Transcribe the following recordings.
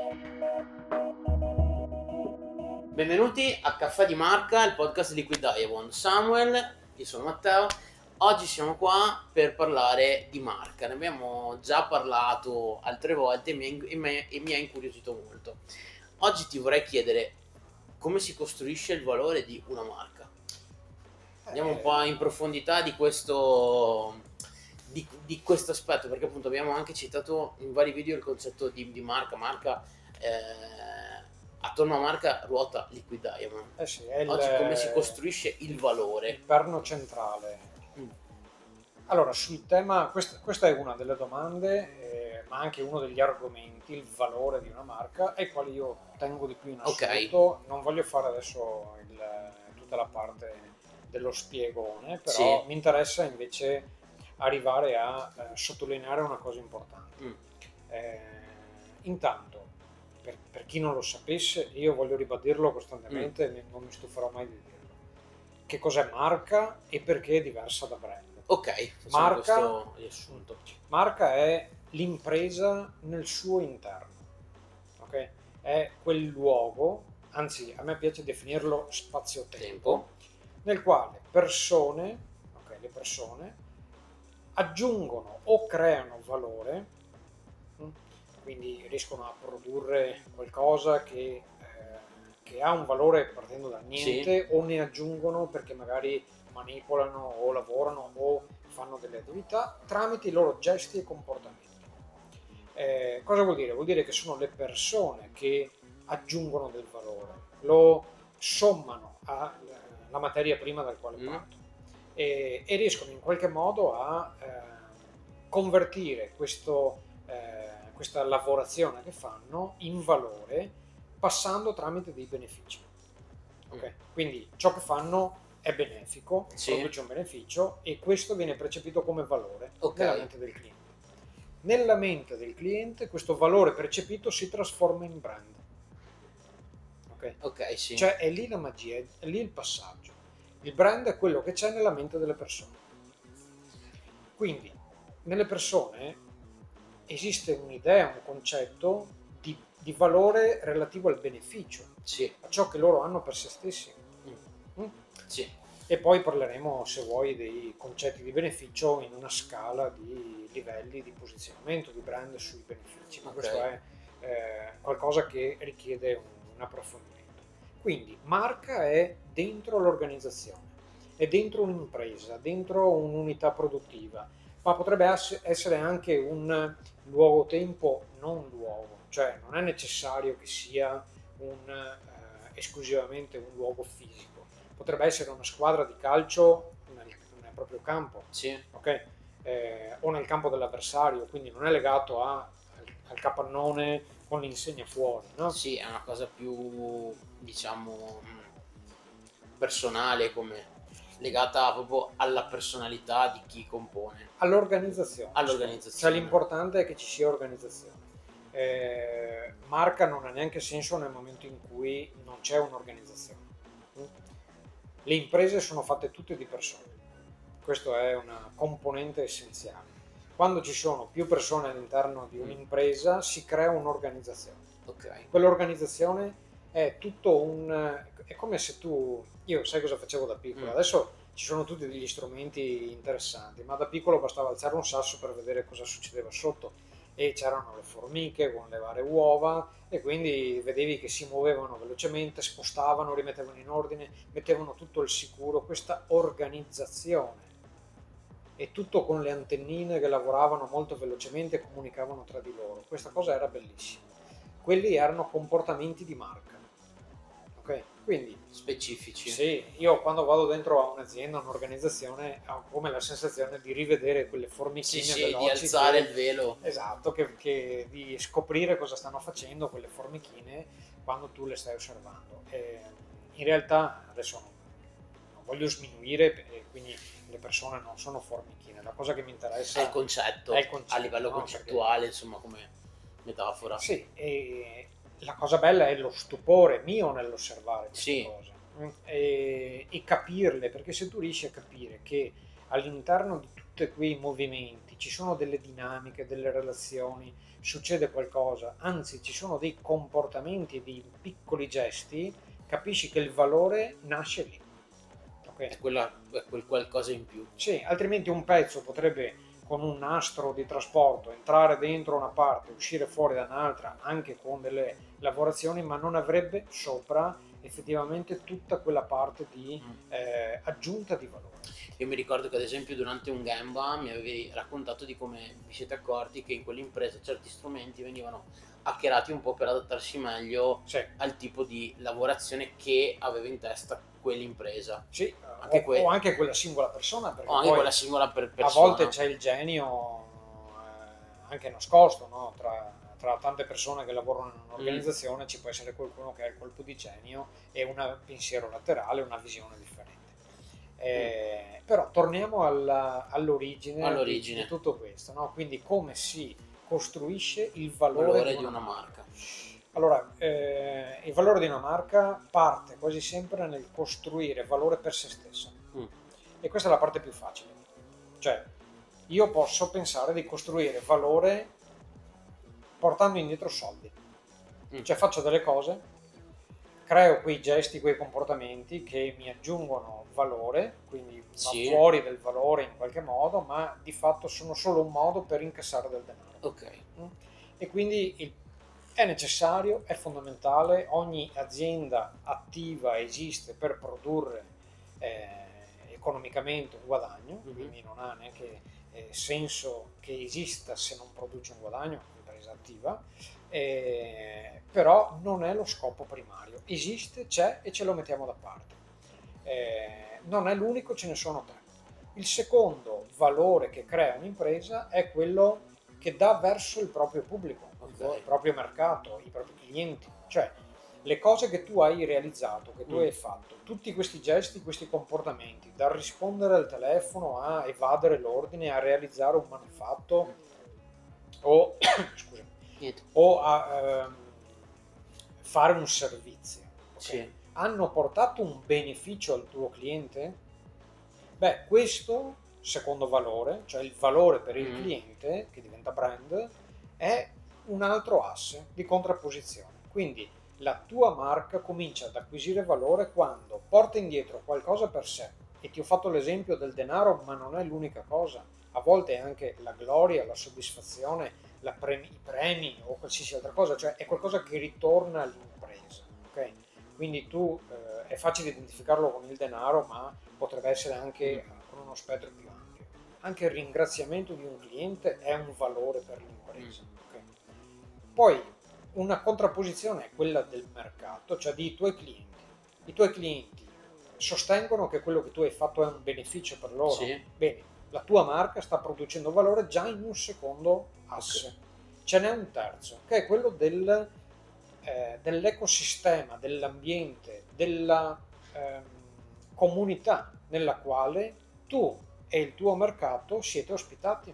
Benvenuti a Caffè di Marca, il podcast di Liquid Diamond. Samuel, io sono Matteo. Oggi siamo qua per parlare di marca. Ne abbiamo già parlato altre volte e mi ha incuriosito molto. Oggi ti vorrei chiedere come si costruisce il valore di una marca. Andiamo un po' in profondità di questo aspetto, perché appunto abbiamo anche citato in vari video il concetto di marca. Attorno a marca ruota Liquid Diamond. Sì, Oggi come si costruisce il valore? Il perno centrale. Mm. Allora, sul tema, questa è una delle domande, ma anche uno degli argomenti, il valore di una marca, ai quali io tengo di più in assoluto. Okay. Non voglio fare adesso tutta la parte dello spiegone, però sì, mi interessa invece arrivare a sottolineare una cosa importante. Intanto, per chi non lo sapesse, io voglio ribadirlo costantemente, non mi stuferò mai di dirlo. Che cos'è marca e perché è diversa da brand? Ok, questo riassunto. Marca è l'impresa nel suo interno, ok? È quel luogo, anzi a me piace definirlo spazio-tempo, nel quale le persone aggiungono o creano valore, quindi riescono a produrre qualcosa che ha un valore partendo da niente, sì, o ne aggiungono perché magari manipolano o lavorano o fanno delle attività tramite i loro gesti e comportamenti. Cosa vuol dire? Vuol dire che sono le persone che aggiungono del valore, lo sommano alla materia prima dal quale partono e riescono in qualche modo a convertire questa lavorazione che fanno in valore passando tramite dei benefici. Okay? Quindi ciò che fanno è benefico, sì, produce un beneficio e questo viene percepito come valore, okay, nella mente del cliente. Nella mente del cliente questo valore percepito si trasforma in brand. Ok, sì. Cioè è lì la magia, è lì il passaggio. Il brand è quello che c'è nella mente delle persone. Quindi nelle persone esiste un'idea, un concetto di valore relativo al beneficio, sì, a ciò che loro hanno per se stessi. Sì. E poi parleremo, se vuoi, dei concetti di beneficio in una scala di livelli di posizionamento di brand sui benefici, ma questo è qualcosa che richiede un approfondimento. Quindi marca è dentro l'organizzazione, è dentro un'impresa, dentro un'unità produttiva, ma potrebbe essere anche un luogo-tempo non luogo, cioè non è necessario che sia esclusivamente un luogo fisico. Potrebbe essere una squadra di calcio nel proprio campo, sì, okay? O nel campo dell'avversario, quindi non è legato al capannone con l'insegna fuori, no? Sì, è una cosa più, diciamo, personale, come legata proprio alla personalità di chi compone. All'organizzazione. Cioè l'importante è che ci sia organizzazione. Marca non ha neanche senso nel momento in cui non c'è un'organizzazione. Le imprese sono fatte tutte di persone, questa è una componente essenziale. Quando ci sono più persone all'interno di un'impresa si crea un'organizzazione. Okay. Quell'organizzazione è è come se io sai cosa facevo da piccolo, adesso ci sono tutti degli strumenti interessanti, ma da piccolo bastava alzare un sasso per vedere cosa succedeva sotto e c'erano le formiche con le varie uova e quindi vedevi che si muovevano velocemente, spostavano, rimettevano in ordine, mettevano tutto al sicuro, questa organizzazione e tutto con le antennine che lavoravano molto velocemente e comunicavano tra di loro. Questa cosa era bellissima. Quelli erano comportamenti di marca. Ok? Quindi specifici. Sì, io quando vado dentro a un'azienda, un'organizzazione, ho come la sensazione di rivedere quelle formichine veloci, di alzare il velo. Esatto, di scoprire cosa stanno facendo quelle formichine quando tu le stai osservando. In realtà adesso non voglio sminuire, quindi le persone non sono formichine, la cosa che mi interessa è il concetto a livello concettuale, insomma, come metafora. Sì, e la cosa bella è lo stupore mio nell'osservare queste cose e capirle, perché se tu riesci a capire che all'interno di tutti quei movimenti ci sono delle dinamiche, delle relazioni, succede qualcosa, anzi ci sono dei comportamenti, dei piccoli gesti, capisci che il valore nasce lì. Okay? È quel qualcosa in più. Sì, altrimenti un pezzo potrebbe con un nastro di trasporto entrare dentro una parte, uscire fuori da un'altra, anche con delle lavorazioni, ma non avrebbe sopra effettivamente tutta quella parte di aggiunta di valore. Io mi ricordo che ad esempio durante un Gemba mi avevi raccontato di come vi siete accorti che in quell'impresa certi strumenti venivano hackerati un po' per adattarsi meglio Sì. al tipo di lavorazione che aveva in testa quell'impresa. Sì, Anche o anche quella singola persona, perché o anche poi quella singola persona. a volte c'è il genio anche nascosto, no? Tra tante persone che lavorano in un'organizzazione ci può essere qualcuno che ha il colpo di genio e un pensiero laterale, una visione differente. Però torniamo all'origine di tutto questo, no? Quindi come si costruisce il valore di una marca. Allora, il valore di una marca parte quasi sempre nel costruire valore per se stessa. E questa è la parte più facile. Cioè, io posso pensare di costruire valore portando indietro soldi. Cioè faccio delle cose, creo quei gesti, quei comportamenti che mi aggiungono valore, quindi va fuori del valore in qualche modo, ma di fatto sono solo un modo per incassare del denaro. Ok. E quindi è necessario, è fondamentale, ogni azienda attiva esiste per produrre economicamente un guadagno, quindi non ha neanche senso che esista se non produce un guadagno, un'impresa attiva, però non è lo scopo primario, esiste, c'è e ce lo mettiamo da parte. Non è l'unico, ce ne sono tre. Il secondo valore che crea un'impresa è quello che dà verso il proprio pubblico, il proprio mercato, i propri clienti, cioè le cose che tu hai realizzato, che tu hai fatto, tutti questi gesti, questi comportamenti, dal rispondere al telefono a evadere l'ordine, a realizzare un manufatto o, o a fare un servizio, okay? Hanno portato un beneficio al tuo cliente? Beh, questo secondo valore, cioè il valore per il cliente, che diventa brand, è un altro asse di contrapposizione. Quindi la tua marca comincia ad acquisire valore quando porta indietro qualcosa per sé. E ti ho fatto l'esempio del denaro, ma non è l'unica cosa. A volte è anche la gloria, la soddisfazione, i premi o qualsiasi altra cosa, cioè è qualcosa che ritorna all'impresa. Okay? Quindi è facile identificarlo con il denaro, ma potrebbe essere anche con uno spettro più ampio. Anche il ringraziamento di un cliente è un valore per l'impresa. Okay? Poi una contrapposizione è quella del mercato, cioè dei tuoi clienti. I tuoi clienti sostengono che quello che tu hai fatto è un beneficio per loro. Bene, la tua marca sta producendo valore già in un secondo asse. Ce n'è un terzo, che è quello dell'ecosistema, dell'ambiente, della comunità nella quale tu e il tuo mercato siete ospitati.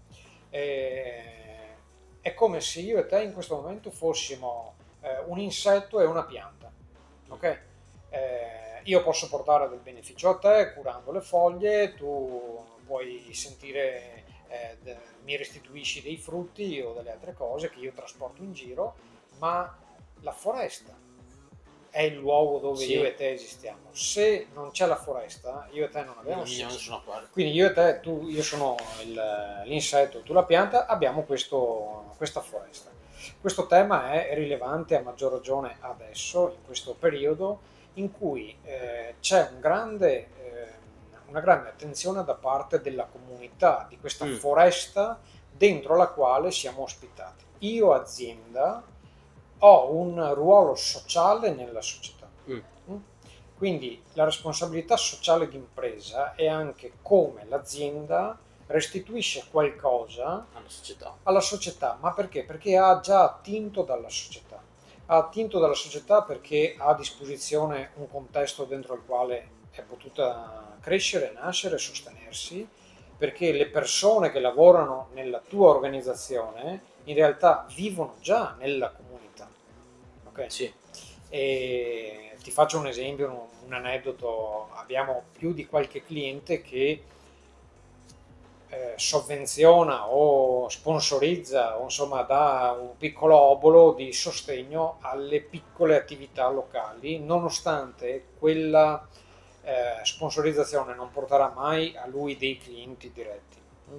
È come se io e te in questo momento fossimo un insetto e una pianta. Ok? Io posso portare del beneficio a te curando le foglie, tu puoi sentire, mi restituisci dei frutti o delle altre cose che io trasporto in giro, ma la foresta è il luogo dove io e te esistiamo. Se non c'è la foresta, io e te non abbiamo senso. Quindi io e te, io sono l'insetto, tu la pianta, abbiamo questa foresta. Questo tema è rilevante a maggior ragione adesso, in questo periodo, in cui c'è una grande attenzione da parte della comunità, di questa foresta dentro la quale siamo ospitati. Io azienda ho un ruolo sociale nella società. Quindi la responsabilità sociale d'impresa è anche come l'azienda restituisce qualcosa alla società. Ma perché? Perché ha già attinto dalla società. Ha attinto dalla società perché ha a disposizione un contesto dentro il quale è potuta crescere, nascere, sostenersi, perché le persone che lavorano nella tua organizzazione in realtà vivono già nella comunità. Okay? E ti faccio un esempio, un aneddoto. Abbiamo più di qualche cliente che sovvenziona o sponsorizza o insomma dà un piccolo obolo di sostegno alle piccole attività locali, nonostante quella sponsorizzazione non porterà mai a lui dei clienti diretti.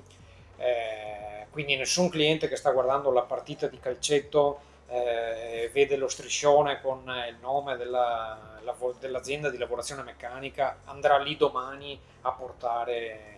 Quindi nessun cliente che sta guardando la partita di calcetto vede lo striscione con il nome dell'azienda di lavorazione meccanica andrà lì domani a portare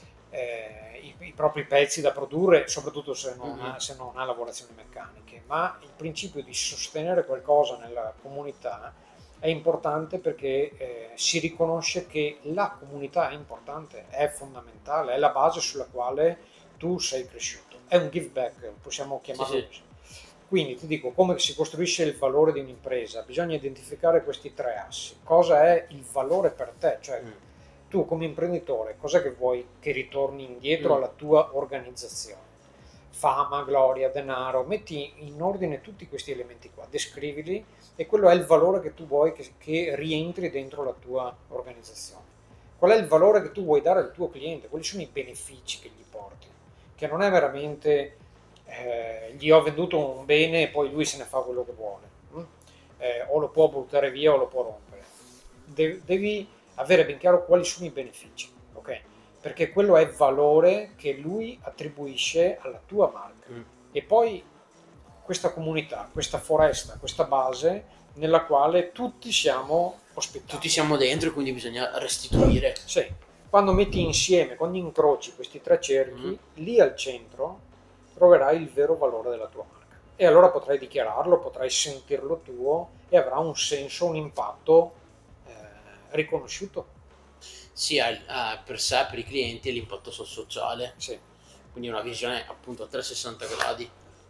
i propri pezzi da produrre, soprattutto se non ha lavorazioni meccaniche. Ma il principio di sostenere qualcosa nella comunità è importante perché si riconosce che la comunità è importante, è fondamentale, è la base sulla quale tu sei cresciuto. È un give back, possiamo chiamarlo così. Quindi ti dico, come si costruisce il valore di un'impresa? Bisogna identificare questi tre assi. Cosa è il valore per te? Cioè, tu come imprenditore, cos'è che vuoi che ritorni indietro alla tua organizzazione? Fama, gloria, denaro, metti in ordine tutti questi elementi qua, descrivili e quello è il valore che tu vuoi che rientri dentro la tua organizzazione. Qual è il valore che tu vuoi dare al tuo cliente? Quali sono i benefici che gli porti? Che non è veramente gli ho venduto un bene e poi lui se ne fa quello che vuole, o lo può buttare via o lo può rompere. Devi avere ben chiaro quali sono i benefici, ok? Perché quello è valore che lui attribuisce alla tua marca. E poi questa comunità, questa foresta, questa base nella quale tutti siamo ospitati. Tutti siamo dentro e quindi bisogna restituire. Sì. Quando metti insieme, quando incroci questi tre cerchi, lì al centro troverai il vero valore della tua marca. E allora potrai dichiararlo, potrai sentirlo tuo e avrà un senso, un impatto riconosciuto. Sia per sé, per i clienti e l'impatto sociale. Sì. Quindi una visione appunto a 360 gradi.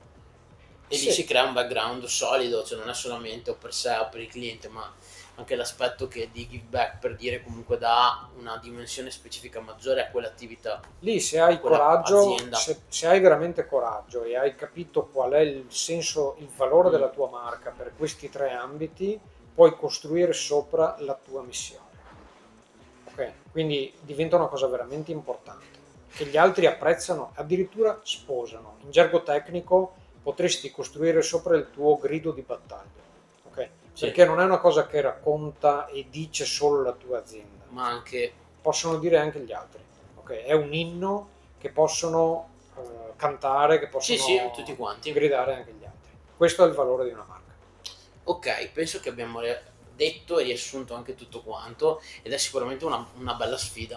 E Sì. lì si crea un background solido, cioè non è solamente o per sé o per il cliente, ma anche l'aspetto che di give back, per dire, comunque dà una dimensione specifica maggiore a quell'attività. Lì se hai coraggio, se hai veramente coraggio e hai capito qual è il senso, il valore della tua marca per questi tre ambiti, puoi costruire sopra la tua missione. Ok? Quindi diventa una cosa veramente importante, che gli altri apprezzano, addirittura sposano. In gergo tecnico potresti costruire sopra il tuo grido di battaglia. Ok? Sì. Perché non è una cosa che racconta e dice solo la tua azienda, ma anche possono dire anche gli altri. Okay? È un inno che possono cantare, che possono tutti quanti gridare anche gli altri. Questo è il valore di una marca. Ok, penso che abbiamo detto e riassunto anche tutto quanto ed è sicuramente una bella sfida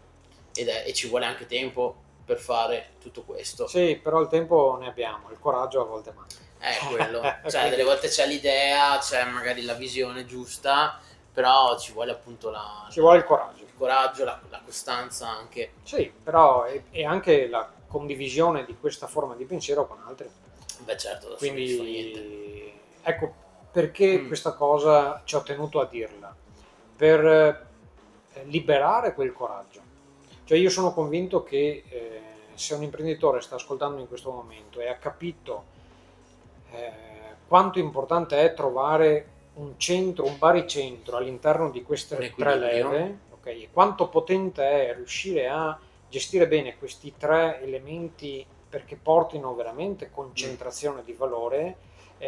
e ci vuole anche tempo per fare tutto questo. Sì, però il tempo ne abbiamo, il coraggio a volte manca. Quello, cioè delle volte c'è l'idea, c'è magari la visione giusta, però ci vuole appunto vuole il coraggio, la costanza anche. Sì, però è anche la condivisione di questa forma di pensiero con altri. Beh certo, quindi ecco perché questa cosa ci ho tenuto a dirla, per liberare quel coraggio. Cioè io sono convinto che se un imprenditore sta ascoltando in questo momento e ha capito quanto importante è trovare un centro, un baricentro all'interno di queste tre leve, okay, e quanto potente è riuscire a gestire bene questi tre elementi perché portino veramente concentrazione di valore,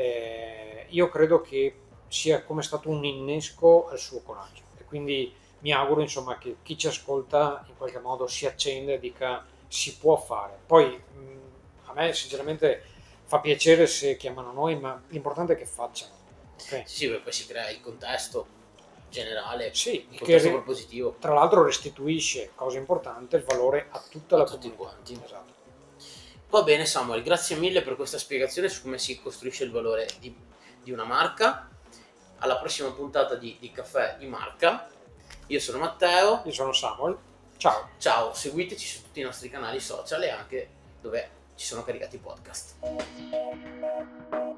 io credo che sia come stato un innesco al suo coraggio. E quindi mi auguro insomma che chi ci ascolta in qualche modo si accenda e dica si può fare. Poi a me sinceramente fa piacere se chiamano noi, ma l'importante è che facciano. Okay? Sì, poi si crea il contesto generale, sì, il contesto propositivo. Tra l'altro restituisce, cosa importante, il valore a tutta la comunità. Tutti quanti. Esatto. Va bene Samuel, grazie mille per questa spiegazione su come si costruisce il valore di una marca. Alla prossima puntata di Caffè di Marca. Io sono Matteo. Io sono Samuel. Ciao. Ciao, seguiteci su tutti i nostri canali social e anche dove ci sono caricati i podcast.